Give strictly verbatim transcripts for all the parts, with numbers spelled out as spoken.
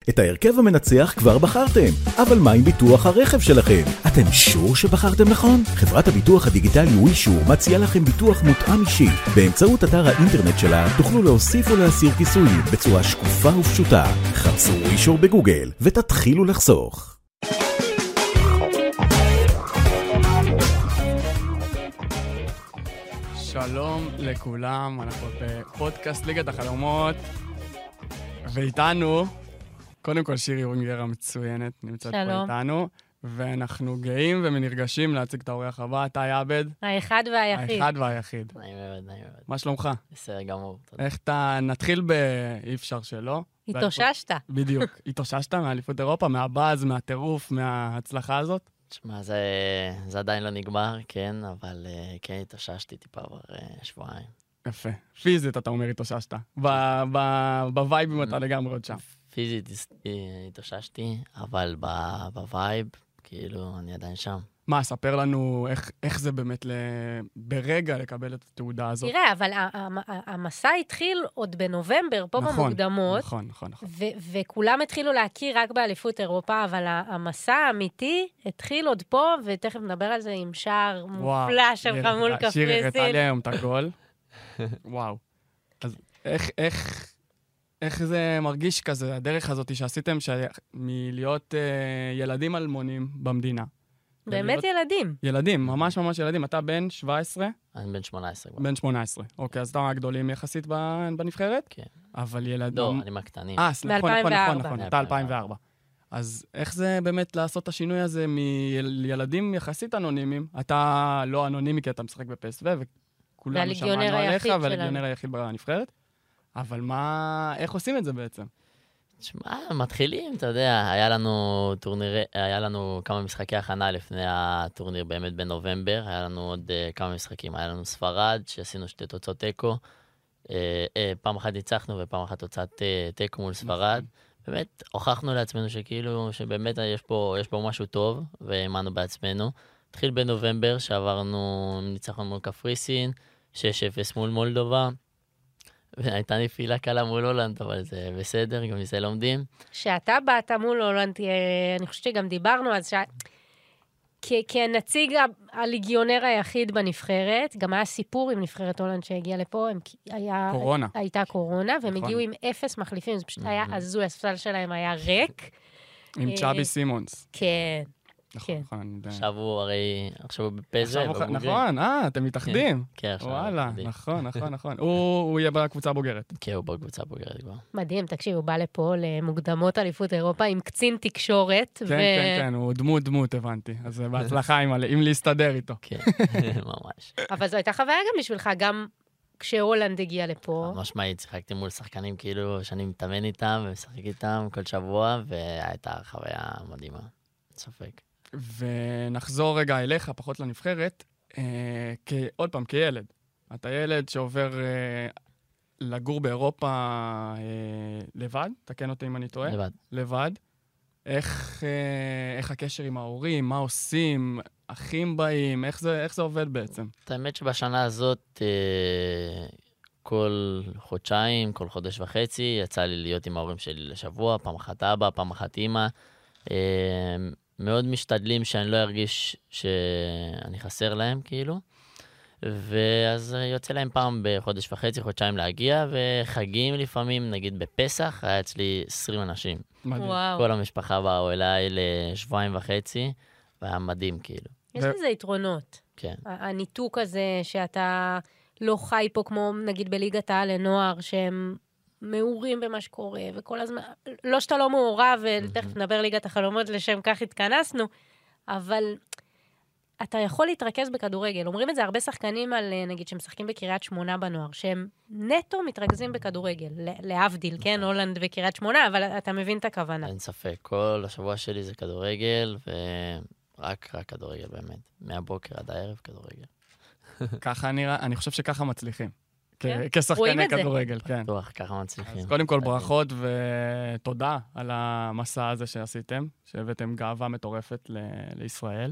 את ההרכב המנצח כבר בחרתם, אבל מה עם ביטוח הרכב שלכם? אתם שור שבחרתם נכון? חברת הביטוח הדיגיטלי ווישור מציעה לכם ביטוח מותאם אישי. באמצעות אתר האינטרנט שלה תוכלו להוסיף ולהסיר כיסויים בצורה שקופה ופשוטה. חפשו ווישור בגוגל ותתחילו לחסוך. שלום לכולם, אנחנו בפודקאסט ליגת החלומות, ואיתנו, קודם כל שירי אורינגר המצוינת, נמצאת פה איתנו, ואנחנו גאים ונרגשים להציג את האורח הבא, תאי עבד. האחד והיחיד. האחד והיחיד. נעים מאוד, נעים מאוד. מה שלומך? בסדר גמור. איך אתה, נתחיל באי אפשר שלא. התאוששת. בדיוק, התאוששת מאליפות אירופה, מהבאז, מהטירוף, מההצלחה הזאת. תשמע, זה, זה עדיין לא נגמר, כן, אבל כן, התאוששתי טיפה כבר שבועיים. יפה. פיזית, אתה אומר, התאוששת. בווייבים אתה לגמרי עוד שם. פיזית התאוששתי, אבל בווייב, כאילו, אני עדיין שם. מה, ספר לנו איך, איך זה באמת ל... ברגע לקבל את התעודה הזאת. תראה, אבל המסע התחיל עוד בנובמבר, פה נכון, במוקדמות. נכון, נכון, נכון. ו- וכולם התחילו להכיר רק באליפות אירופה, אבל המסע האמיתי התחיל עוד פה, ותכף נדבר על זה עם שער מופלא שלך מול קפריסין. שיר הראתה לי היום את הגול. וואו. אז איך, איך, איך זה מרגיש כזה, הדרך הזאת שעשיתם ש... מלהיות uh, ילדים אלמונים במדינה? באמת ילדים. ילדים, ממש ממש ילדים. אתה בן שבע עשרה? אני בן שמונה עשרה. בן שמונה עשרה. אוקיי, אז אתה הגדולים יחסית בנבחרת? כן. אבל ילדים... לא, אני מהקטנים. אה, נכון, נכון, נכון, נכון. אתה אלפיים וארבע. אז איך זה באמת לעשות את השינוי הזה מילדים יחסית אנונימיים? אתה לא אנונימי כי אתה משחק בפסו, וכולנו שמענו עליך, והלגיונר היחיד בנבחרת. אבל מה... איך עושים את זה בעצם? תשמע, מתחילים, אתה יודע, היה לנו טורניר, היה לנו כמה משחקי הכנה לפני הטורניר באמת בנובמבר, היה לנו עוד uh, כמה משחקים, היה לנו ספרד, שעשינו שתי תוצאות טקו, uh, uh, פעם אחת ניצחנו ופעם אחת תוצאת uh, טקו מול ספרד, באמת הוכחנו לעצמנו שכאילו, שבאמת יש פה, יש פה משהו טוב, והאמנו בעצמנו. התחיל בנובמבר, שעברנו ניצחון מול קפריסין, שש אפס מול מולדובה, והייתה נפילה קלה מול הולנד, אבל זה בסדר, גם מזה לומדים. שאתה באת מול הולנד, אני חושבת שגם דיברנו על זה, כנציג הליגיונר היחיד בנבחרת, גם היה סיפור עם נבחרת הולנד שהגיע לפה, היה, קורונה. הייתה קורונה, והם הגיעו עם אפס מחליפים, זה פשוט היה הזוי, הספסל שלהם היה ריק. עם צ'אבי סימונס. כן. נכון, נכון, אני יודע. עכשיו הוא הרי, עכשיו הוא בפזה. נכון, אה, אתם מתאחדים. כן, עכשיו הוא וואלה, נכון, נכון, נכון. הוא יהיה בקבוצה הבוגרת. כן, הוא בקבוצה הבוגרת כבר. מדהים, תקשיב, הוא בא לפה למוקדמות אליפות אירופה עם קצין תקשורת. כן, כן, כן, הוא דמות דמות, הבנתי. אז בהצלחה עם להסתדר איתו. כן, ממש. אבל זו הייתה חוויה גם בשבילך, גם כשהולנד הגיע לפה. ממש מעיד, שיחקתי מול שחקנים כאילו שאני מתאמן איתם ומשחק איתם כל שבוע, והייתה חוויה מדהימה, ספק. ונחזור רגע אליך, פחות לנבחרת, אה, כ... עוד פעם, כילד. אתה ילד שעובר אה, לגור באירופה אה, לבד, תקן אותי אם אני טועה. לבד. לבד. איך, אה, איך הקשר עם ההורים, מה עושים, אחים באים, איך זה, איך זה עובד בעצם? את האמת שבשנה הזאת, אה, כל חודשיים, כל חודש וחצי, יצא לי להיות עם ההורים שלי לשבוע, פעם אחת אבא, פעם אחת אמא. אה, מאוד משתדלים שאני לא ארגיש שאני חסר להם, כאילו. ואז יוצא להם פעם בחודש וחצי, חודשיים להגיע, וחגים לפעמים, נגיד בפסח, היה אצלי עשרים אנשים. מדהים. וואו. כל המשפחה באו אליי לשבועיים וחצי, והיה מדהים, כאילו. יש לזה יתרונות. כן. הניתוק הזה שאתה לא חי פה, כמו נגיד בליגת העל לנוער, שהם מעורים במה שקורה, וכל הזמן, לא שאתה לא מעורב, ותכף נדבר ליגת החלומות, לשם כך התכנסנו, אבל אתה יכול להתרכז בכדורגל. אומרים את זה הרבה שחקנים על, נגיד, שמשחקים בקריית שמונה בנוער, שהם נטו מתרכזים בכדורגל, להבדיל, כן, הולנד וקריית שמונה, אבל אתה מבין את הכוונה. אין ספק, כל השבוע שלי זה כדורגל, ורק רק כדורגל באמת. מהבוקר עד הערב כדורגל. ככה נראה, אני חושב שככה מצליחים. כשחקני כדורגל, כן. בטוח, ככה מצליחים. אז קודם כל ברכות ותודה על המסע הזה שעשיתם, שהבאתם גאווה מטורפת לישראל,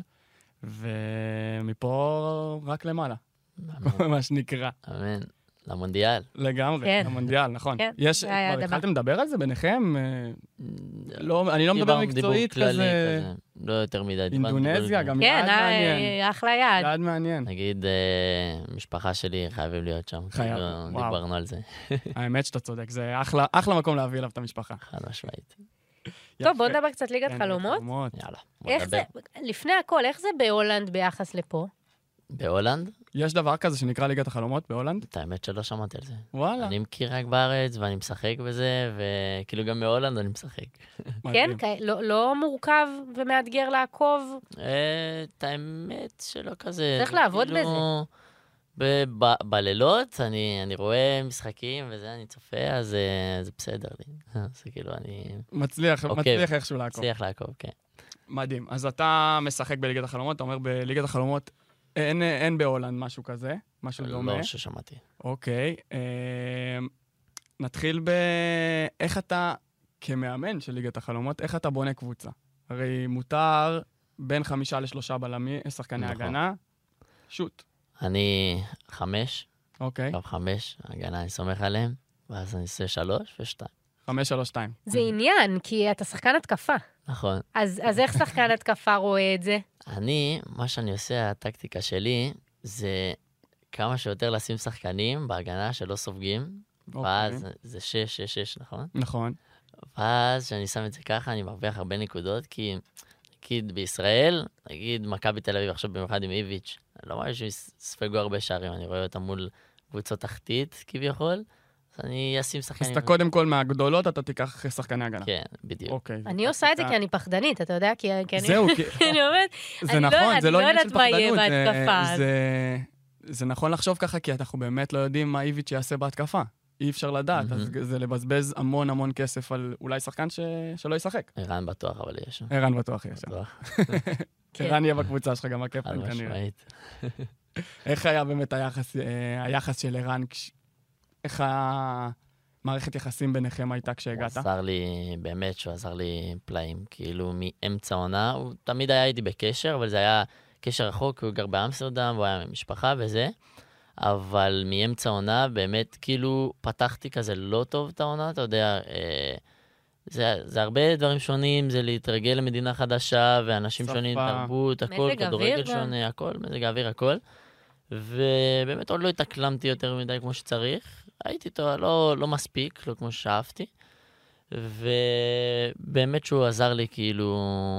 ומפה רק למעלה, מה שנקרא. אמן. למונדיאל. לגמרי, למונדיאל, נכון. כבר התחלתם לדבר על זה ביניכם? אני לא מדבר מקצועית כזה. לא יותר מדי. אינדונזיה, גם יעד מעניין. כן, אחלה יעד. יעד מעניין. נגיד, משפחה שלי חייבים להיות שם. חייב, וואו. דיברנו על זה. האמת שאתה צודק, זה אחלה מקום להביא אליו את המשפחה. חד משמעית. טוב, בוא נדבר קצת ליגת חלומות. יאללה, בוא נדבר. לפני הכל, איך זה בהולנד ביחס לפה? בהולנד? יש דבר כזה שנקרא ליגת החלומות בהולנד? את האמת שלא שמעתי על זה. וואלה. אני מכיר רק בארץ ואני משחק בזה, וכאילו גם בהולנד אני משחק. כן? לא מורכב ומאתגר לעקוב? את האמת שלא כזה. צריך לעבוד בזה. בלילות אני רואה משחקים וזה, אני צופה, אז זה בסדר לי. זה כאילו אני... מצליח איכשהו לעקוב. מצליח לעקוב, כן. מדהים. אז אתה משחק בליגת החלומות, אתה אומר בליגת החלומות, אין, אין בהולנד משהו כזה, משהו דומה. לא ששמעתי. אוקיי. אה, נתחיל באיך אתה, כמאמן של ליגת החלומות, איך אתה בונה קבוצה? הרי מותר בין חמישה לשלושה בלמי, שחקני נכון. הגנה. שוט. אני חמש. אוקיי. טוב, חמש, הגנה אני סומך עליהם, ואז אני עושה שלוש ושתיים. חמש, שלוש, שתיים. זה עניין, כי אתה שחקן התקפה. נכון. אז, אז איך שחקן התקפה רואה את זה? אני, מה שאני עושה, הטקטיקה שלי, זה כמה שיותר לשים שחקנים בהגנה שלא סופגים, ואז זה שש, שש, שש, נכון? נכון. ואז כשאני שם את זה ככה, אני מרוויח הרבה נקודות, כי נגיד בישראל, נגיד מכבי תל אביב, עכשיו במיוחד עם איביץ', לא אומר שספגו הרבה שערים, אני רואה אותם מול קבוצות תחתית כביכול, אז אני אשים שחקנים. אז אתה קודם כל מהגדולות, אתה תיקח שחקני הגנה. כן, בדיוק. אוקיי. אני עושה את זה כי אני פחדנית, אתה יודע? כי אני... זהו, אני אומרת, זה נכון, זה לא עניין של פחדנות. בהתקפה. זה נכון לחשוב ככה, כי אנחנו באמת לא יודעים מה איביץ' יעשה בהתקפה. אי אפשר לדעת, אז זה לבזבז המון המון כסף על אולי שחקן שלא ישחק. ערן בטוח, אבל יש. ערן בטוח יש. ערן יהיה בקבוצה שלך, גם הקפטן כנראה. איך היה באמת היחס של ערן, איך המערכת יחסים ביניכם הייתה כשהגעת? הוא עזר לי, באמת שהוא עזר לי פלאים, כאילו מאמצע עונה, הוא תמיד היה איתי בקשר, אבל זה היה קשר רחוק, הוא גר באמסטרדם, הוא היה ממשפחה וזה, אבל מאמצע עונה, באמת, כאילו, פתחתי כזה לא טוב את העונה, אתה יודע, אה, זה, זה הרבה דברים שונים, זה להתרגל למדינה חדשה, ואנשים שפה. שונים, תרבות, הכל, כדורגל שונה, הכל, מזג האוויר, הכל. ובאמת עוד לא התאקלמתי יותר מדי כמו שצריך. הייתי איתו לא, לא מספיק, לא כמו ששאפתי. ובאמת שהוא עזר לי, כאילו,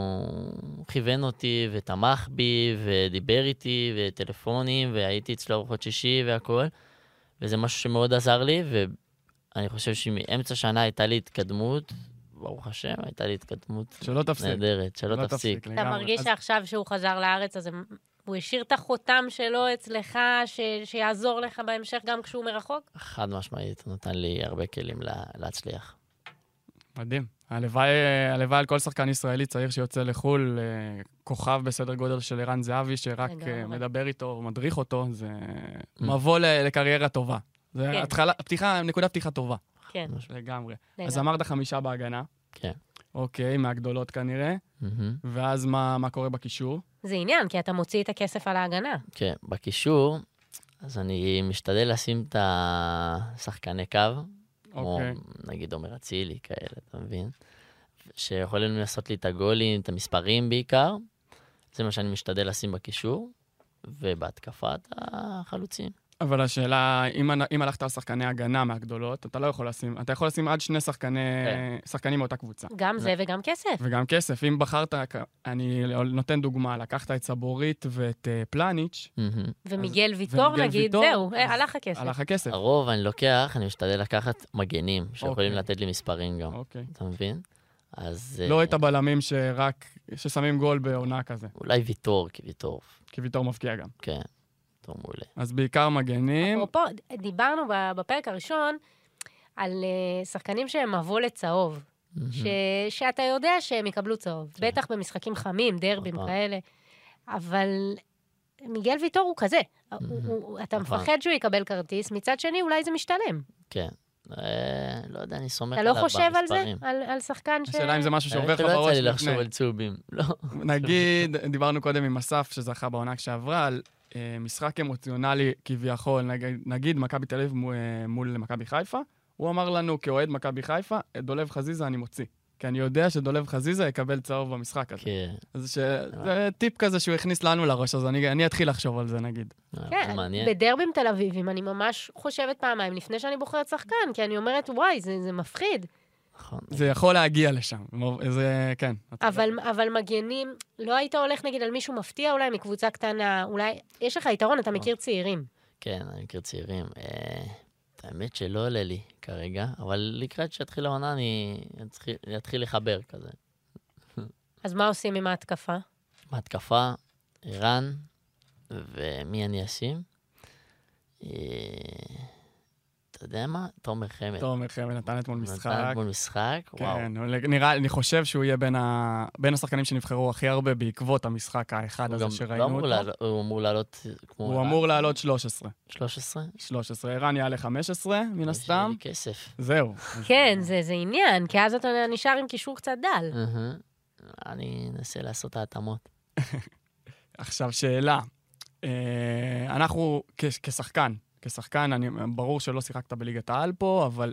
כיוון אותי ותמך בי ודיבר איתי וטלפונים, והייתי אצלו ארוחות שישי והכל. וזה משהו שמאוד עזר לי, ואני חושב שמאמצע שנה הייתה לי התקדמות, ברוך השם, הייתה לי התקדמות שלא תפסיק. נהדרת, שלא לא תפסיק. אתה מרגיש אז... שעכשיו שהוא חזר לארץ, אז הוא השאיר את החותם שלו אצלך, ש... שיעזור לך בהמשך גם כשהוא מרחוק? חד משמעית, הוא נתן לי הרבה כלים לה... להצליח. מדהים. הלוואי, הלוואי על כל שחקן ישראלי צעיר שיוצא לחול, כוכב בסדר גודל של ערן זהבי, שרק מדבר איתו, מדריך אותו, זה מבוא לקריירה טובה. זה כן. התחלה, פתיחה, נקודה פתיחה טובה. כן. לגמרי. לגמרי. אז אמרת חמישה בהגנה. כן. אוקיי, מהגדולות כנראה. Mm-hmm. ואז מה, מה קורה בקישור? זה עניין, כי אתה מוציא את הכסף על ההגנה. כן, בקישור, אז אני משתדל לשים את השחקני קו, כמו נגיד עומר אצילי כאלה, אתה מבין? שיכולים לעשות לי את הגולים, את המספרים בעיקר. זה מה שאני משתדל לשים בקישור, ובהתקפת החלוצים. אבל השאלה, אם, אם הלכת על שחקני הגנה מהגדולות, אתה לא יכול לשים, אתה יכול לשים עד שני שחקני, כן. שחקנים מאותה קבוצה. גם זה וגם כסף. וגם כסף. אם בחרת, אני נותן דוגמה, לקחת את סבורית ואת uh, פלניץ'. Mm-hmm. ומיגל ויטור ומיגל נגיד, ויטור, זהו, הלך הכסף. הלך הכסף. הרוב אני לוקח, אני משתדל לקחת מגנים, שיכולים אוקיי. לתת לי מספרים גם. אוקיי. אתה מבין? אז... לא את הבלמים שרק, ששמים גול בעונה כזה. אולי ויטור, כי ויטור. כי ויטור מפקיע גם. כן. מעולה. אז בעיקר מגנים. אפרופו, דיברנו בפרק הראשון על שחקנים שהם מבוא לצהוב, שאתה יודע שהם יקבלו צהוב, בטח במשחקים חמים, דרבים כאלה, אבל מיגל ויטור הוא כזה, אתה מפחד שהוא יקבל כרטיס, מצד שני אולי זה משתלם. כן. לא יודע, אני סומך עליו במספרים. אתה לא חושב על זה? על שחקן ש... השאלה אם זה משהו שעובר לך בראש. לא יצא לי לחשוב על צהובים, לא. נגיד, דיברנו קודם עם אסף שזכה בעונה כשעברה, על משחק אמוציונלי כביכול, נגיד, נגיד מכבי תל אביב מול מכבי חיפה, הוא אמר לנו כאוהד מכבי חיפה, את דולב חזיזה אני מוציא, כי כי אני יודע שדולב חזיזה יקבל צהוב במשחק הזה. כן. אז זה טיפ כזה שהוא הכניס לנו לראש, אז אני אתחיל לחשוב על זה, נגיד. כן, בדרבים תל אביבים, אני ממש חושבת פעמיים, לפני שאני בוחרת שחקן, כי אני אומרת, וואי, זה מפחיד. זה יכול להגיע לשם, זה, כן. אבל מגנים, לא היית הולך נגיד על מישהו מפתיע אולי מקבוצה קטנה, אולי, יש לך יתרון, אתה מכיר צעירים. כן, אני מכיר צעירים. האמת שלא עולה לי כרגע, אבל לקראת שהתחיל העונה אני אתחיל לחבר כזה. אז מה עושים עם ההתקפה? ההתקפה, אירן, ומי אני אשים? אתה יודע מה? תומר חמד. תומר חמד נתן אתמול משחק. נתן אתמול משחק, וואו. כן, נראה, אני חושב שהוא יהיה בין, ה... בין השחקנים שנבחרו הכי הרבה בעקבות המשחק האחד הזה שראינו אותו. לעלות, הוא אמור לעלות כמו... הוא אמור לעלות שלוש עשרה. שלוש עשרה? שלוש עשרה. אירן יעלה חמש עשרה, מן הסתם. יש לי כסף. זהו. כן, זה, זה עניין, כי אז אתה נשאר עם קישור קצת דל. אני אנסה לעשות את ההתאמות. עכשיו, שאלה. אנחנו כשחקן, כשחקן, אני, ברור שלא שיחקת בליגת העל פה, אבל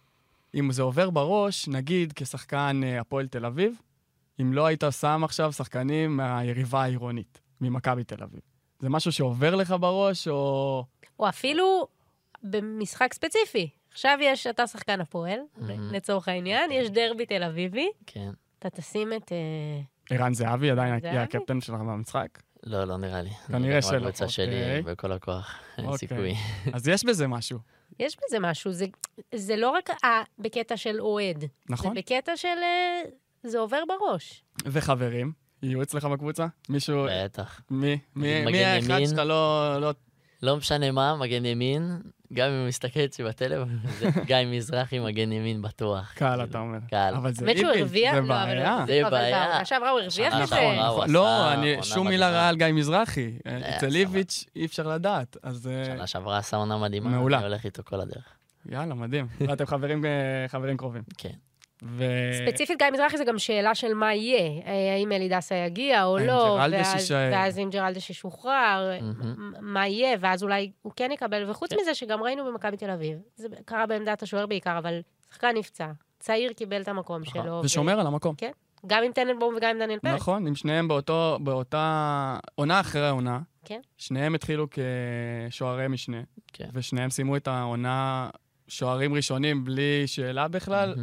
אם זה עובר בראש, נגיד כשחקן הפועל תל אביב, אם לא היית שם עכשיו שחקנים מהיריבה העירונית, ממכבי תל אביב. זה משהו שעובר לך בראש, או... או אפילו במשחק ספציפי. עכשיו יש, אתה שחקן הפועל, לצורך העניין, יש דרבי תל אביבי. כן. אתה תשים את... ערן זהבי עדיין היה הקפטן שלך במשחק? לא, לא נראה לי. כנראה שלא. הקבוצה שלי בכל הכוח, אין סיכוי. אז יש בזה משהו. יש בזה משהו. זה לא רק בקטע של אוהד. נכון. זה בקטע של... זה עובר בראש. וחברים, יהיו אצלך בקבוצה? מישהו... בטח. מי? מי האחד שאתה לא... לא משנה מה, מגן ימין, גם אם הוא מסתכל אצלי בטלפון, גיא מזרחי מגן ימין בטוח. קל, אתה אומר. קל. אבל זה איביץ', זה בעיה. זה בעיה. אבל עכשיו הוא הרוויח את זה. לא, שום מילה רעה על גיא מזרחי. אצל איביץ' אי אפשר לדעת. שנה שעברה עשה עונה מדהימה. מעולה. אני הולך איתו כל הדרך. יאללה, מדהים. ואתם חברים קרובים. כן. ספציפית גיא מזרחי זה גם שאלה של מה יהיה, האם אלידסה יגיע או לא, ואז אם ג'רלדש ישוחרר, מה יהיה, ואז אולי הוא כן יקבל, וחוץ מזה שגם ראינו במכבי תל אביב, זה קרה בעמדת השוער בעיקר, אבל שחקן נפצע, צעיר קיבל את המקום שלו. ושומר על המקום. כן, גם עם טננבום וגם עם דניאל פרץ. נכון, עם שניהם באותה עונה אחרי העונה, שניהם התחילו כשוערי משנה, ושניהם סיימו את העונה שוערים ראשונים בלי שאלה בכלל,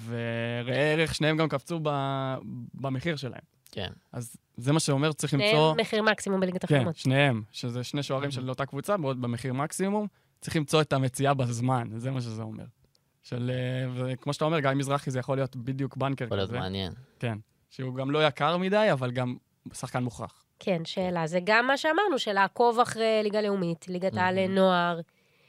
וראה ערך, שניהם גם קפצו במחיר שלהם. כן. אז זה מה שאומר, צריך למצוא... שניהם מחיר מקסימום בליגת החלומות. כן, שניהם, שזה שני שוערים של אותה קבוצה, בעוד במחיר מקסימום, צריך למצוא את המציאה בזמן, זה מה שזה אומר. של, וכמו שאתה אומר, גיא מזרחי זה יכול להיות בדיוק בנקר כזה. יכול להיות מעניין. כן, שהוא גם לא יקר מדי, אבל גם שחקן מוכרח. כן, שאלה. זה גם מה שאמרנו, של לעקוב אחרי ליגה לאומית, ליגת העל לנוער,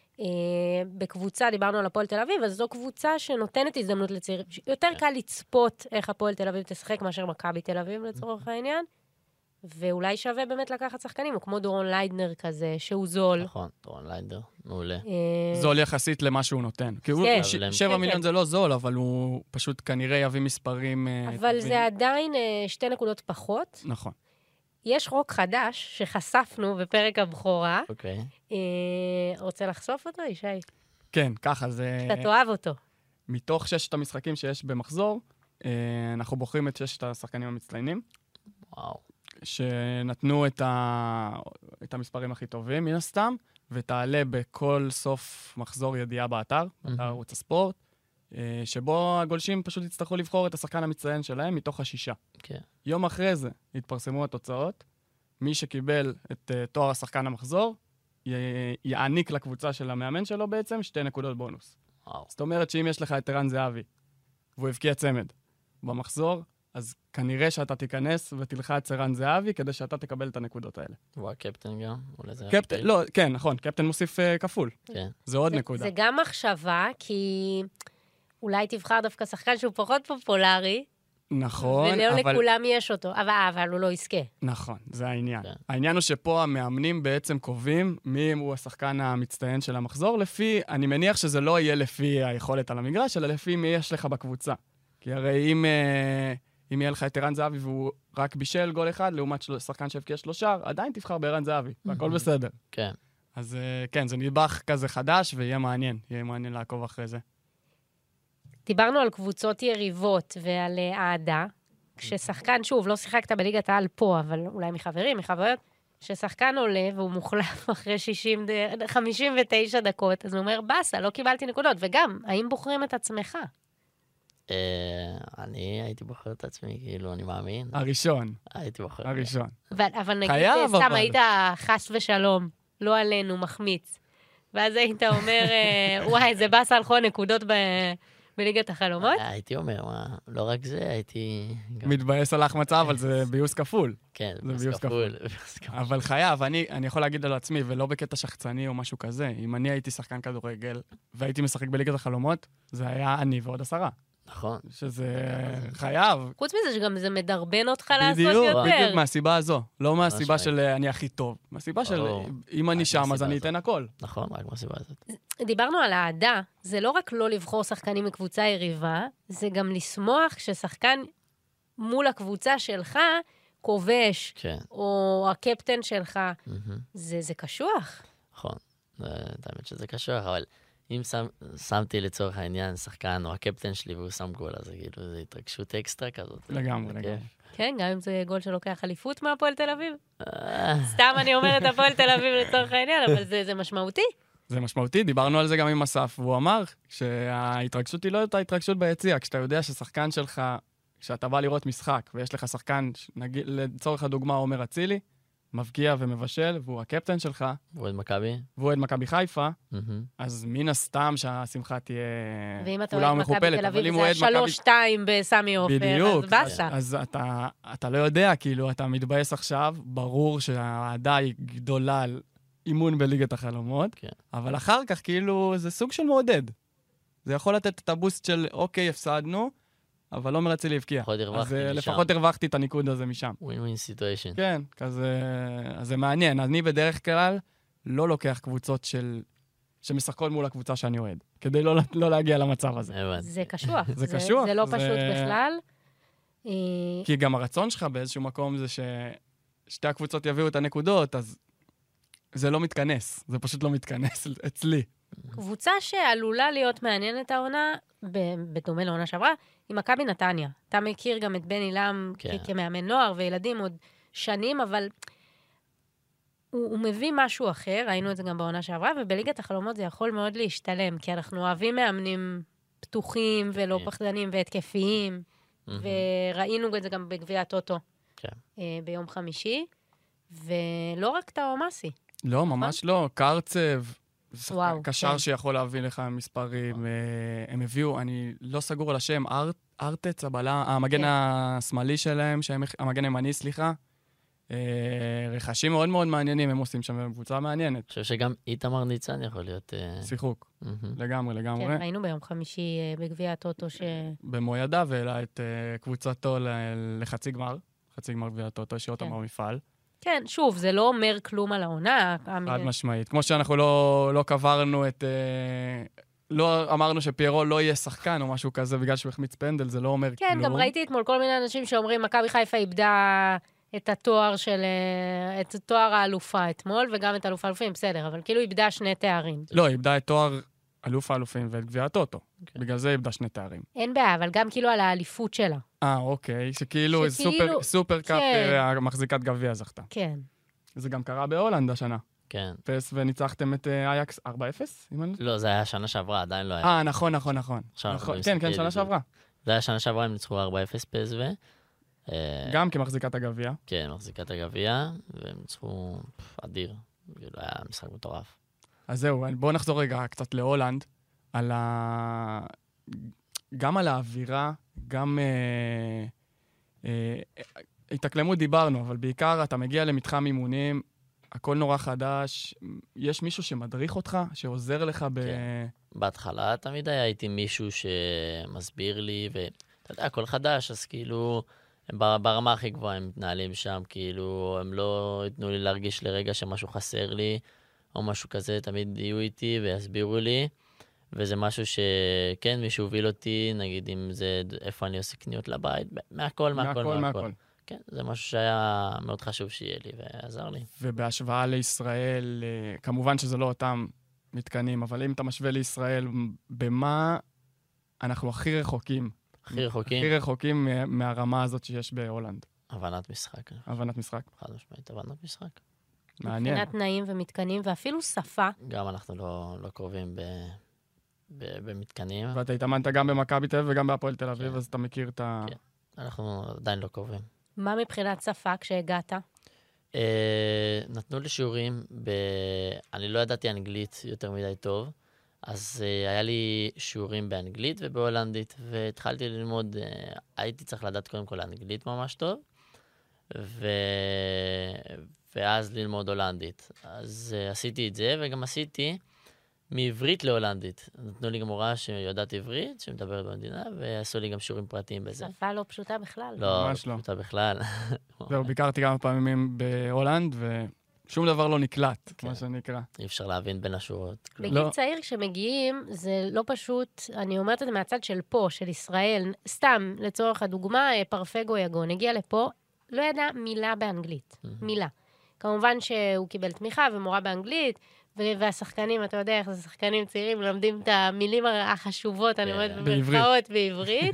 בקבוצה, דיברנו על הפועל תל אביב, אז זו קבוצה שנותנת הזדמנות לצעירים. יותר קל לצפות איך הפועל תל אביב תשחק מאשר מכבי תל אביב לצורך העניין, ואולי שווה באמת לקחת שחקנים, או כמו דורון ליידנר כזה, שהוא זול. נכון, דורון ליידנר, מעולה. זול יחסית למה שהוא נותן. כי שבע מיליון זה לא זול, אבל הוא פשוט כנראה יביא מספרים... אבל זה עדיין שתי נקודות פחות. נכון. יש חוק חדש שחשפנו בפרק הבכורה. אוקיי. רוצה לחשוף אותו, ישי? כן, ככה זה... אתה תאהב אותו. מתוך ששת המשחקים שיש במחזור, אנחנו בוחרים את ששת השחקנים המצטיינים. וואו. שנתנו את, ה... את המספרים הכי טובים, מן הסתם, ותעלה בכל סוף מחזור ידיעה באתר, באתר ערוץ הספורט, שבו הגולשים פשוט יצטרכו לבחור את השחקן המצטיין שלהם מתוך השישה. כן. יום אחרי זה התפרסמו התוצאות, מי שקיבל את uh, תואר השחקן המחזור, י... יעניק לקבוצה של המאמן שלו בעצם שתי נקודות בונוס. וואו. זאת אומרת שאם יש לך את ערן זהבי, והוא הבקיע צמד במחזור, אז כנראה שאתה תיכנס ותלחץ ערן זהבי, כדי שאתה תקבל את הנקודות האלה. הוא הקפטן גם? קפטן, לא, כן, נכון, קפטן מוסיף uh, כפול. כן. זה עוד זה, נקודה. זה גם מחשבה, כי אולי תבחר דווקא שחקן שהוא פחות פופולרי, נכון, ולא אבל... לכולם יש אותו, אבל, אבל הוא לא יזכה. נכון, זה העניין. כן. העניין הוא שפה המאמנים בעצם קובעים מי הוא השחקן המצטיין של המחזור, לפי, אני מניח שזה לא יהיה לפי היכולת על המגרש, אלא לפי מי יש לך בקבוצה. כי הרי אם, אם יהיה לך את ערן זהבי והוא רק בישל גול אחד, לעומת של... שחקן שהבקיע שלושה, עדיין תבחר בערן זהבי, והכל בסדר. כן. אז כן, זה נדבך כזה חדש, ויהיה מעניין, יהיה מעניין לעקוב אחרי זה. דיברנו על קבוצות יריבות ועל אהדה, כששחקן, שוב, לא שיחקת בליגת העל פה, אבל אולי מחברים, מחברות, כששחקן עולה והוא מוחלף אחרי שישים, חמישים ותשע דקות, אז הוא אומר, בסה, לא קיבלתי נקודות. וגם, האם בוחרים את עצמך? אני הייתי בוחר את עצמי, כאילו, אני מאמין. הראשון. הייתי בוחר. הראשון. אבל נגיד, סתם היית חס ושלום, לא עלינו, מחמיץ. ואז היית אומר, וואי, זה בסה הלכו נקודות בליגת החלומות? הייתי אומר, לא רק זה, הייתי... מתבאס על ההחמצה, אבל זה ביוס כפול. כן, ביוס כפול. אבל חייב, אני יכול להגיד על עצמי, ולא בקטע שחצני או משהו כזה, אם אני הייתי שחקן כדורגל, והייתי משחק בליגת החלומות, זה היה אני ועוד עשרה. נכון. שזה חייב. חוץ מזה שגם זה מדרבן אותך לעשות יותר. בדיוק, בדיוק, מהסיבה הזו. לא מהסיבה של אני הכי טוב. מהסיבה של אם אני שם, אז אני אתן הכל. נכון, רק מהסיבה הזאת. דיברנו על האהדה. זה לא רק לא לבחור שחקנים מקבוצה יריבה, זה גם לשמוח כששחקן מול הקבוצה שלך כובש, או הקפטן שלך. זה קשוח. נכון. האמת שזה קשוח, אבל... אם שם, שמתי לצורך העניין שחקן או הקפטן שלי והוא שם גול, אז כאילו, זה התרגשות אקסטרה כזאת. לגמרי, לגמרי. כן, גם אם זה גול שלוקח אליפות מהפועל תל אביב. סתם אני אומרת הפועל תל אביב לצורך העניין, אבל זה, זה משמעותי. זה משמעותי, דיברנו על זה גם עם אסף, והוא אמר שההתרגשות היא לא אותה התרגשות ביציאה, כשאתה יודע ששחקן שלך, כשאתה בא לראות משחק, ויש לך שחקן, נגיד, לצורך הדוגמה עומר אצילי, מבקיע ומבשל, והוא הקפטן שלך. והוא עד מכבי. והוא עד מכבי חיפה, אז מן הסתם שהשמחה תהיה כולה מכופלת. ואם אתה אוהד מכבי תל אביב, זה שלוש שתיים בסמי עופר, בדיוק. אז בסה. אז אתה, אתה לא יודע, כאילו, אתה מתבאס עכשיו, ברור שהאהדה היא גדולה על אימון בליגת החלומות, כן. אבל אחר כך, כאילו, זה סוג של מעודד. זה יכול לתת את הבוסט של, אוקיי, הפסדנו, אבל לא מרצה להבקיע. לפחות הרווחתי אז משם. לפחות הרווחתי את הניקוד הזה משם. ווין-ווין סיטואשן. כן, כזה, אז זה מעניין. אני בדרך כלל לא לוקח קבוצות של, שמשחקות מול הקבוצה שאני אוהד, כדי לא, לא להגיע למצב הזה. זה קשוח. זה קשוח. זה לא פשוט בכלל. כי גם הרצון שלך באיזשהו מקום זה ששתי הקבוצות יביאו את הנקודות, אז זה לא מתכנס. זה פשוט לא מתכנס אצלי. קבוצה שעלולה להיות מעניינת העונה, בדומה לעונה שעברה, היא מכבי נתניה. אתה מכיר גם את בן אילם כן. כמאמן נוער וילדים עוד שנים, אבל הוא, הוא מביא משהו אחר, ראינו את זה גם בעונה שעברה, ובליגת החלומות זה יכול מאוד להשתלם, כי אנחנו אוהבים מאמנים פתוחים ולא כן. פחדנים והתקפיים, mm-hmm. וראינו את זה גם בגביע הטוטו כן. ביום חמישי, ולא רק טאומאסי. לא, ממש לא. קרצב, וואו, קשר כן. שיכול להביא לך מספרים. הם הביאו, אני לא סגור על השם, ארטץ, המגן כן. השמאלי שלהם, המגן הימני, סליחה. רכשים מאוד מאוד מעניינים, הם עושים שם קבוצה מעניינת. אני חושב שגם איתמר ניצן יכול להיות... שיחוק, לגמרי, לגמרי. כן, ראינו ביום חמישי בגביע הטוטו ש... במו ידיו, והעלה את קבוצתו לחצי גמר, חצי גמר גביע הטוטו, השאיר אותם במפעל. כן, שוב, זה לא אומר כלום על העונה. חד משמעית. כמו שאנחנו לא, לא קברנו את... לא אמרנו שפיירו לא יהיה שחקן או משהו כזה, בגלל שהוא החמיץ פנדל, זה לא אומר כן, כלום. כן, גם ראיתי אתמול כל מיני אנשים שאומרים, מכבי חיפה איבדה את התואר של... את תואר האלופה אתמול, וגם את אלוף האלופים, בסדר, אבל כאילו איבדה שני תארים. לא, איבדה את תואר אלוף האלופים ואת גביע הטוטו. Okay. בגלל זה איבדה שני תארים. אין בעיה, אבל גם כאילו על האליפות שלה. אה, אוקיי, שכאילו, שכאילו... סופר, סופר קאפ כן. מחזיקת גביע זכתה. כן. זה גם קרה בהולנד השנה. כן. פס וניצחתם את אייקס ארבע אפס? לא, זה היה שנה שעברה, עדיין לא היה. אה, נכון, נכון, נכון. נכון. כן, כן, שנה שעברה. זה היה שנה שעברה, הם ניצחו ארבע אפס פס ו... גם כמחזיקת הגביע. כן, מחזיקת הגביע, והם ניצחו אדיר. זה היה משחק מטורף. אז זהו, בואו נחזור רגע קצת להולנד, על ה... גם על האווירה, גם... אה, אה, התאקלמות דיברנו, אבל בעיקר אתה מגיע למתחם אימונים, הכל נורא חדש, יש מישהו שמדריך אותך, שעוזר לך ב... כן. בהתחלה תמיד היה איתי מישהו שמסביר לי, ואתה יודע, הכל חדש, אז כאילו, הם ברמה הכי גבוהה, הם מתנהלים שם, כאילו, הם לא ייתנו לי להרגיש לרגע שמשהו חסר לי, או משהו כזה, תמיד יהיו איתי ויסבירו לי, וזה משהו שכן, מישהו הוביל אותי, נגיד אם זה איפה אני עושה קניות לבית, מהכל, מהכל, מהכל. מהכל. כן, זה משהו שהיה מאוד חשוב שיהיה לי, ועזר לי. ובהשוואה לישראל, כמובן שזה לא אותם מתקנים, אבל אם אתה משווה לישראל, במה אנחנו הכי רחוקים. הכי רחוקים? הכי רחוקים מהרמה הזאת שיש בהולנד. הבנת משחק. הבנת משחק. חד משמעית, הבנת משחק. מעניין. מבחינת תנאים ומתקנים, ואפילו שפה. גם אנחנו לא, לא קרובים ב, ב, במתקנים. ואתה התאמנת גם במכבי תל אביב וגם בהפועל תל אביב, כן. אז אתה מכיר את ה... כן, אנחנו עדיין לא קרובים. מה מבחינת שפה כשהגעת? אה, נתנו לי שיעורים, ב... אני לא ידעתי אנגלית יותר מדי טוב, אז אה, היה לי שיעורים באנגלית ובהולנדית, והתחלתי ללמוד, אה, הייתי צריך לדעת קודם כל אנגלית ממש טוב, ו... ואז ללמוד הולנדית. אז uh, עשיתי את זה, וגם עשיתי מעברית להולנדית. נתנו לי גם הוראה שיודעת עברית, שמדברת במדינה, ועשו לי גם שיעורים פרטיים בזה. שפה לא פשוטה בכלל. לא, ממש לא פשוטה בכלל. זהו, ביקרתי כמה פעמים בהולנד, ושום דבר לא נקלט, כן. מה שנקרא. אי אפשר להבין בין השורות. בגיל לא. צעיר כשמגיעים, זה לא פשוט, אני אומרת את זה מהצד של פה, של ישראל, סתם, לצורך הדוגמה, פרפגו יגון, הגיע לפה, לא ידע מילה באנגלית, מילה. כמובן שהוא קיבל תמיכה ומורה באנגלית, והשחקנים, אתה יודע איך זה שחקנים צעירים, לומדים את המילים החשובות, אני אומרת במרכאות בעברית,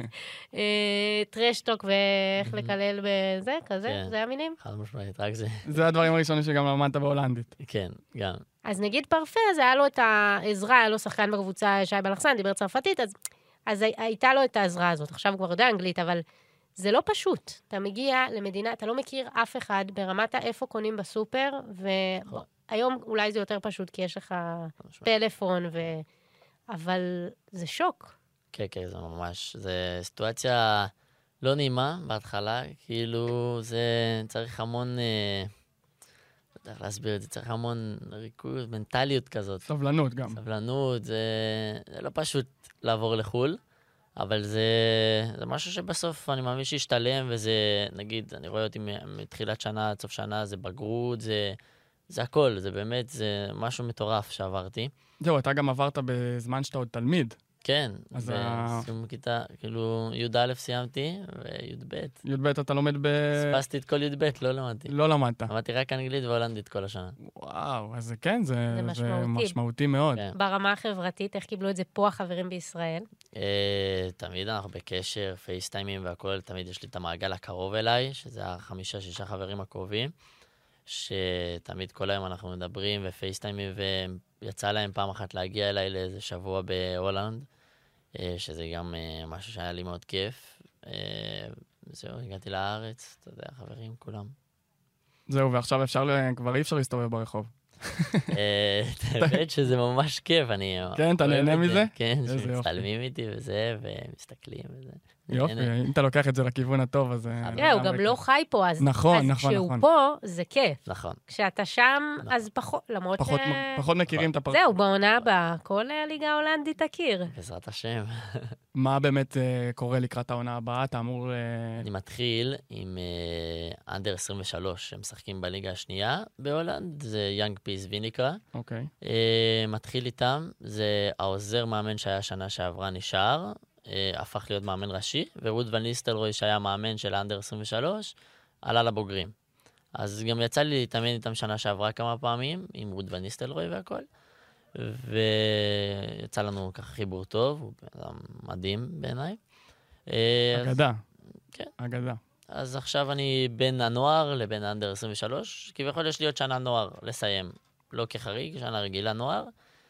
טרשטוק ואיך לקלל בזה, כזה, זה המילים? חד משמעית, רק זה. זה הדברים הראשונים שגם למדת בהולנדית. כן, גם. אז נגיד פרפה, אז היה לו את העזרה, היה לו שחקן בקבוצה, שי בלחסן, דיבר צרפתית, אז הייתה לו את העזרה הזאת, עכשיו הוא כבר יודע אנגלית, אבל זה לא פשוט. אתה מגיע למדינה, אתה לא מכיר אף אחד ברמת איפה קונים בסופר, והיום אולי זה יותר פשוט, כי יש לך פלאפון, ו... אבל זה שוק. כן, כן, זה ממש, זה סיטואציה לא נעימה בהתחלה, כאילו זה צריך המון, לא יודע איך להסביר את זה, צריך המון ריכוז, מנטליות כזאת. סבלנות גם. סבלנות, זה, זה לא פשוט לעבור לחול. אבל זה, זה משהו שבסוף אני מאמין שישתלם, וזה, נגיד, אני רואה אותי מתחילת שנה עד סוף שנה, זה בגרות, זה, זה הכל, זה באמת, זה משהו מטורף שעברתי. זהו, אתה גם עברת בזמן שאתה עוד תלמיד. כן, בסיום כיתה, כאילו, י"א סיימתי, וי"ב. י"ב אתה לומד ב... ספסתי את כל י"ב, לא למדתי. לא למדת. למדתי רק אנגלית והולנדית כל השנה. וואו, אז כן, זה, זה, זה משמעותי. משמעותי מאוד. כן. ברמה החברתית, איך קיבלו את זה פה החברים בישראל? אה, תמיד אנחנו בקשר, פייסטיימים והכל, תמיד יש לי את המעגל הקרוב אליי, שזה החמישה, שישה חברים הקרובים, שתמיד כל היום אנחנו מדברים ופייסטיימים, ויצא להם פעם אחת להגיע אליי לאיזה שבוע בהולנד, שזה גם משהו שהיה לי מאוד כיף. זהו, הגעתי לארץ, אתה יודע, חברים, כולם. זהו, ועכשיו אפשר, כבר אי אפשר להסתובב ברחוב. האמת שזה ממש כיף, אני... כן, אתה נהנה מזה? כן, שמצטלמים איתי וזה, ומסתכלים וזה. יופי, אם אתה לוקח את זה לכיוון הטוב, אז... הוא גם לא חי פה, אז כשהוא פה, זה כיף. נכון. כשאתה שם, אז פחות, למרות ש... פחות מכירים את הפרק. זהו, בעונה הבאה, כל הליגה ההולנדית תכיר. בעזרת השם. מה באמת קורה לקראת העונה הבאה? אתה אמור... אני מתחיל עם אנדר עשרים ושלוש, שהם משחקים בליגה השנייה בהולנד, זה יאנג פיס ויניקרה. אוקיי. מתחיל איתם, זה העוזר מאמן שהיה שנה שעברה נשאר, הפך להיות מאמן ראשי, ורוד ון ניסטלרוי שהיה מאמן של האנדר עשרים ושלוש, עלה לבוגרים. אז גם יצא לי להתאמן איתם שנה שעברה כמה פעמים, עם רוד ון ניסטלרוי והכל, ויצא לנו ככה חיבור טוב, הוא מדהים בעיניי. אגדה. כן. אגדה. אז עכשיו אני בין הנוער לבין האנדר עשרים ושלוש, כביכול יש לי עוד שנה נוער לסיים, לא כחריג, שנה רגילה נוער.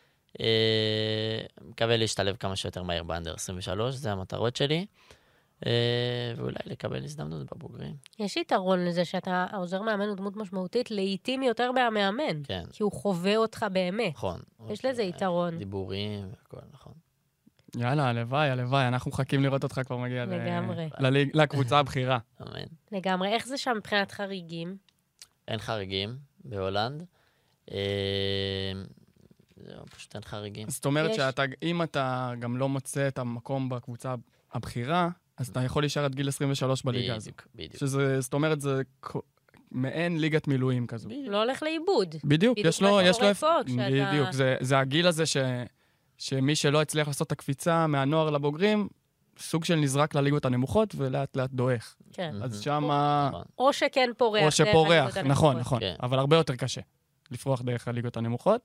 מקווה להשתלב כמה שיותר מהר באנדר עשרים ושלוש, זה המטרות שלי, ואולי לקבל הזדמנות בבוגרים. יש יתרון לזה שאתה עוזר מאמן הוא דמות משמעותית, לעתים יותר מהמאמן, כן. כי הוא חווה אותך באמת. נכון. יש לזה יתרון. דיבורים והכל, נכון. יאללה, הלוואי, הלוואי, אנחנו מחכים לראות אותך כבר מגיע לגמרי. לקבוצה הבכירה. אמן. לגמרי, איך זה שם מבחינת חריגים? אין חריגים בהולנד. זהו, פשוט אין חריגים. זאת אומרת שאם אתה גם לא מוצא את המקום בקבוצה הבכירה, אז אתה יכול להישאר עד גיל עשרים ושלוש בליגה הזו. בדיוק, בדיוק. זאת אומרת, זה מעין ליגת מילואים כזו. לא הולך לאיבוד. בדיוק, יש לו... בדיוק, זה הגיל הזה שמי שלא הצליח לעשות את הקפיצה מהנוער לבוגרים, סוג של נזרק לליגות הנמוכות, ולאט לאט דועך. כן. אז שמה... או שכן פורח. או שפורח, נכון, נכון. אבל הרבה יותר קשה לפרוח דרך הליגות הנמוכות.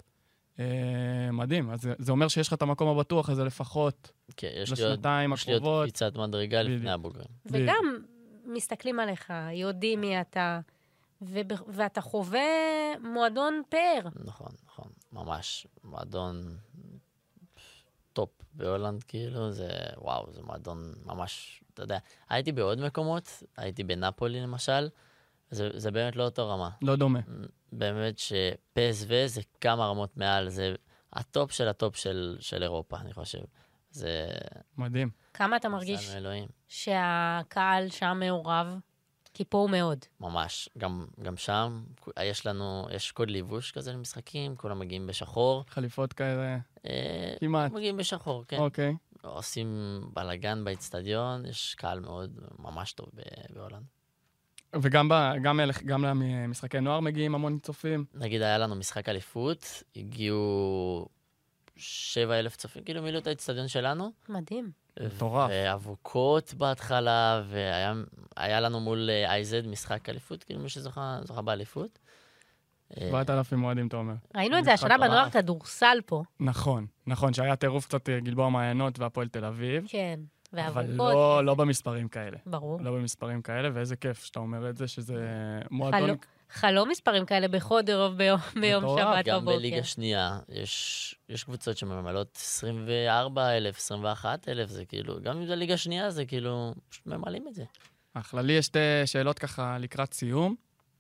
מדהים, אז זה אומר שיש לך את המקום הבטוח הזה לפחות לשנתיים הקרובות. יש לי עוד קפיצת מדרגה לפני הבוגרים. וגם מסתכלים עליך, יודעים מי אתה, ואתה חווה מועדון פאר. נכון, נכון, ממש. מועדון טופ בהולנד, כאילו, זה, וואו, זה מועדון ממש, אתה יודע, הייתי בעוד מקומות, הייתי בנפולי למשל, זה, זה באמת לא אותו רמה. לא דומה. באמת שפ אס וי זה כמה רמות מעל, זה הטופ של הטופ של, של אירופה, אני חושב. זה... מדהים. כמה אתה מרגיש שהקהל שם מעורב? כי פה הוא מאוד. ממש. גם, גם שם יש לנו, יש קוד ליבוש כזה למשחקים, כולם מגיעים בשחור. חליפות כאלה? אה, כמעט. מגיעים בשחור, כן. אוקיי. עושים בלגן באצטדיון, יש קהל מאוד, ממש טוב בהולנד. וגם ב, גם, גם למשחקי נוער מגיעים המון צופים. נגיד, היה לנו משחק אליפות, הגיעו שבע אלף צופים, כאילו מילאו את האצטדיון שלנו. מדהים. מטורף. ואבוקות בהתחלה, והיה לנו מול אייזד משחק אליפות, כאילו מי שזוכה באליפות. שבעת אלפים מועדים, אתה אומר. ראינו את זה השנה בנוער כדורסל פה. נכון, נכון, שהיה טירוף קצת גלבוע מעיינות והפועל תל אביב. כן. אבל לא, לא במספרים כאלה. ברור. לא במספרים כאלה, ואיזה כיף שאתה אומר את זה, שזה מועדון... חלום מספרים כאלה בחודרוב ביום, ביום שבת בבוקר. גם בליגה שנייה, יש, יש קבוצות שממלאות עשרים וארבע אלף, עשרים ואחת אלף, זה כאילו, גם אם זה ליגה שנייה, זה כאילו, פשוט ממלאים את זה. אחלה, לי יש שתי שאלות ככה לקראת סיום.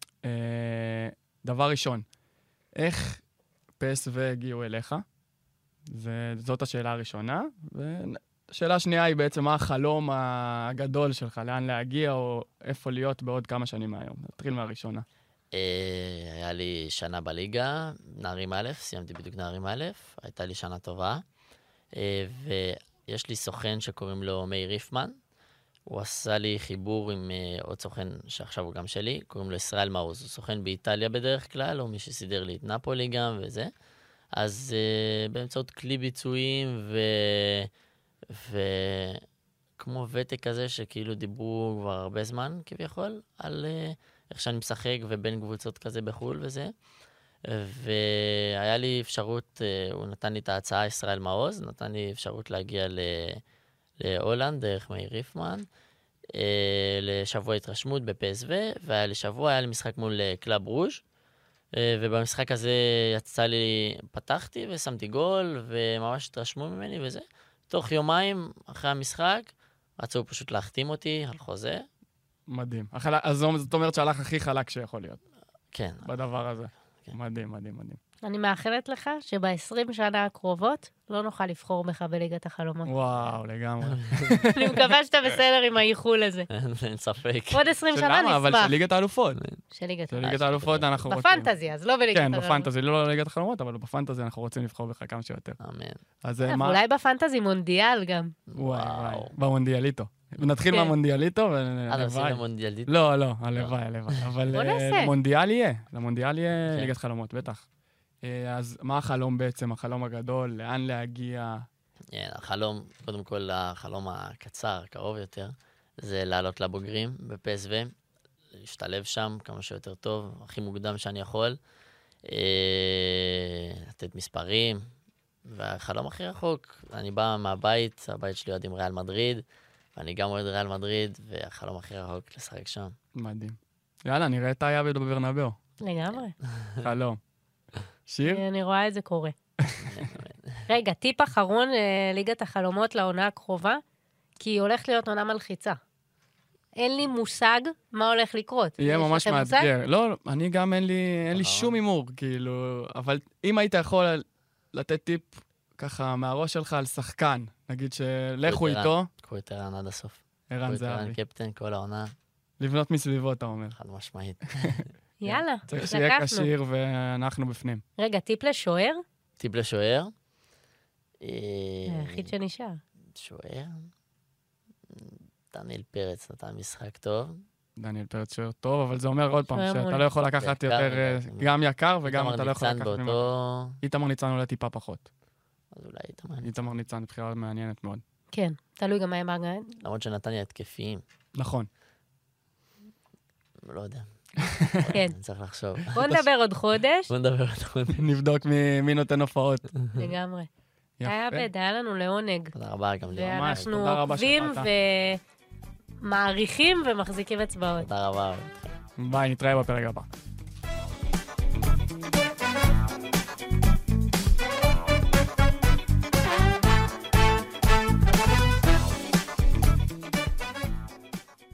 דבר ראשון, איך פ אס וי הגיעו אליך? זאת השאלה הראשונה, ו... השאלה השנייה היא בעצם מה החלום הגדול שלך, לאן להגיע או איפה להיות בעוד כמה שנים מהיום. נתחיל מהראשונה. היה לי שנה בליגה, נערים א', סיימתי בדיוק נערים א', הייתה לי שנה טובה, ויש לי סוכן שקוראים לו מאיר ריפמן, הוא עשה לי חיבור עם עוד סוכן שעכשיו הוא גם שלי, קוראים לו ישראל מעוז, הוא סוכן באיטליה בדרך כלל, או מי שסידר לי את נפולי גם וזה, אז באמצעות כלי ביצועים ו... וכמו ותק כזה שכאילו דיברו כבר הרבה זמן כביכול על uh, איך שאני משחק ובין קבוצות כזה בחול וזה. והיה לי אפשרות, uh, הוא נתן לי את ההצעה ישראל מעוז, נתן לי אפשרות להגיע ל- להולנד דרך מאיר ריפמן, uh, לשבוע התרשמות ב-פ אס וי, והיה לי שבוע, היה לי משחק מול uh, קלאב רוז', uh, ובמשחק הזה יצא לי, פתחתי ושמתי גול, וממש התרשמו ממני וזה. תוך יומיים אחרי המשחק, רצו פשוט להחתים אותי על חוזה. מדהים. אז זאת אומרת שהלך הכי חלק שיכול להיות. כן. בדבר הזה. כן. מדהים, מדהים, מדהים. אני מאחלת לך שב-עשרים שנה הקרובות לא נוכל לבחור בך בליגת החלומות. וואו, לגמרי. אני מקווה שאתה בסדר עם האיחול הזה. אין ספק. עוד עשרים שנה נשמח. אבל של ליגת האלופות. של ליגת האלופות. של ליגת האלופות אנחנו רוצים. בפנטזי, אז לא בליגת החלומות. כן, בפנטזי, לא בליגת החלומות, אבל בפנטזי אנחנו רוצים לבחור בך כמה שיותר. אמן. אולי בפנטזי מונדיאל גם. וואי, וואי. במונדיאליטו. נתחיל מהמונדיאליטו, הלוואי. למונדיאליטו? לא, לא, הלוואי, הלוואי. אבל למונדיאל יהיה, למונדיאל יהיה ליגת חלומות, בטח. אז מה החלום בעצם, החלום הגדול, לאן להגיע? החלום, קודם כל, החלום הקצר, קרוב יותר, זה לעלות לבוגרים ב-פ אס וי, להשתלב שם כמה שיותר טוב, הכי מוקדם שאני יכול, לתת מספרים, והחלום הכי רחוק, אני בא מהבית, הבית שלי אוהד עם ריאל מדריד, ואני גם אוהד ריאל מדריד, והחלום הכי רחוק לשחק שם. מדהים. יאללה, נראה את היה בברנבאו. לגמרי. חלום. שיר? אני רואה את זה קורה. רגע, טיפ אחרון ליגת החלומות לעונה הקרובה, כי היא הולכת להיות עונה מלחיצה. אין לי מושג מה הולך לקרות. יהיה ממש מאתגר. לא, אני גם אין לי, אין לי שום הימור, כאילו, אבל אם היית יכול לתת טיפ ככה מהראש שלך על שחקן, נגיד שלכו איתו. קחו את ערן עד הסוף. ערן זהבי. קחו את ערן קפטן כל העונה. לבנות מסביבו, אתה אומר. חד משמעית. יאללה, צריך שיהיה קשיר ואנחנו בפנים. רגע, טיפ לשוער? טיפ לשוער? היחיד שנשאר. שוער? דניאל פרץ נתן משחק טוב. דניאל פרץ שוער טוב, אבל זה אומר עוד פעם, שאתה לא יכול לקחת יותר, גם יקר וגם אתה לא יכול לקחת ממנו. איתמר ניצן אולי טיפה פחות. אז אולי איתמר ניצן. איתמר ניצן בחירה מעניינת מאוד. כן, תלוי גם מה עם הגן. למרות שנתן לי התקפיים. נכון. לא יודע. כן. צריך לחשוב. בוא נדבר עוד חודש. בוא נדבר עוד חודש. נבדוק מי נותן הופעות. לגמרי. היה בד, היה לנו לעונג. תודה רבה גם לי. ואנחנו עוקבים ומעריכים ומחזיקים אצבעות. תודה רבה. ביי, נתראה בפרק הבא.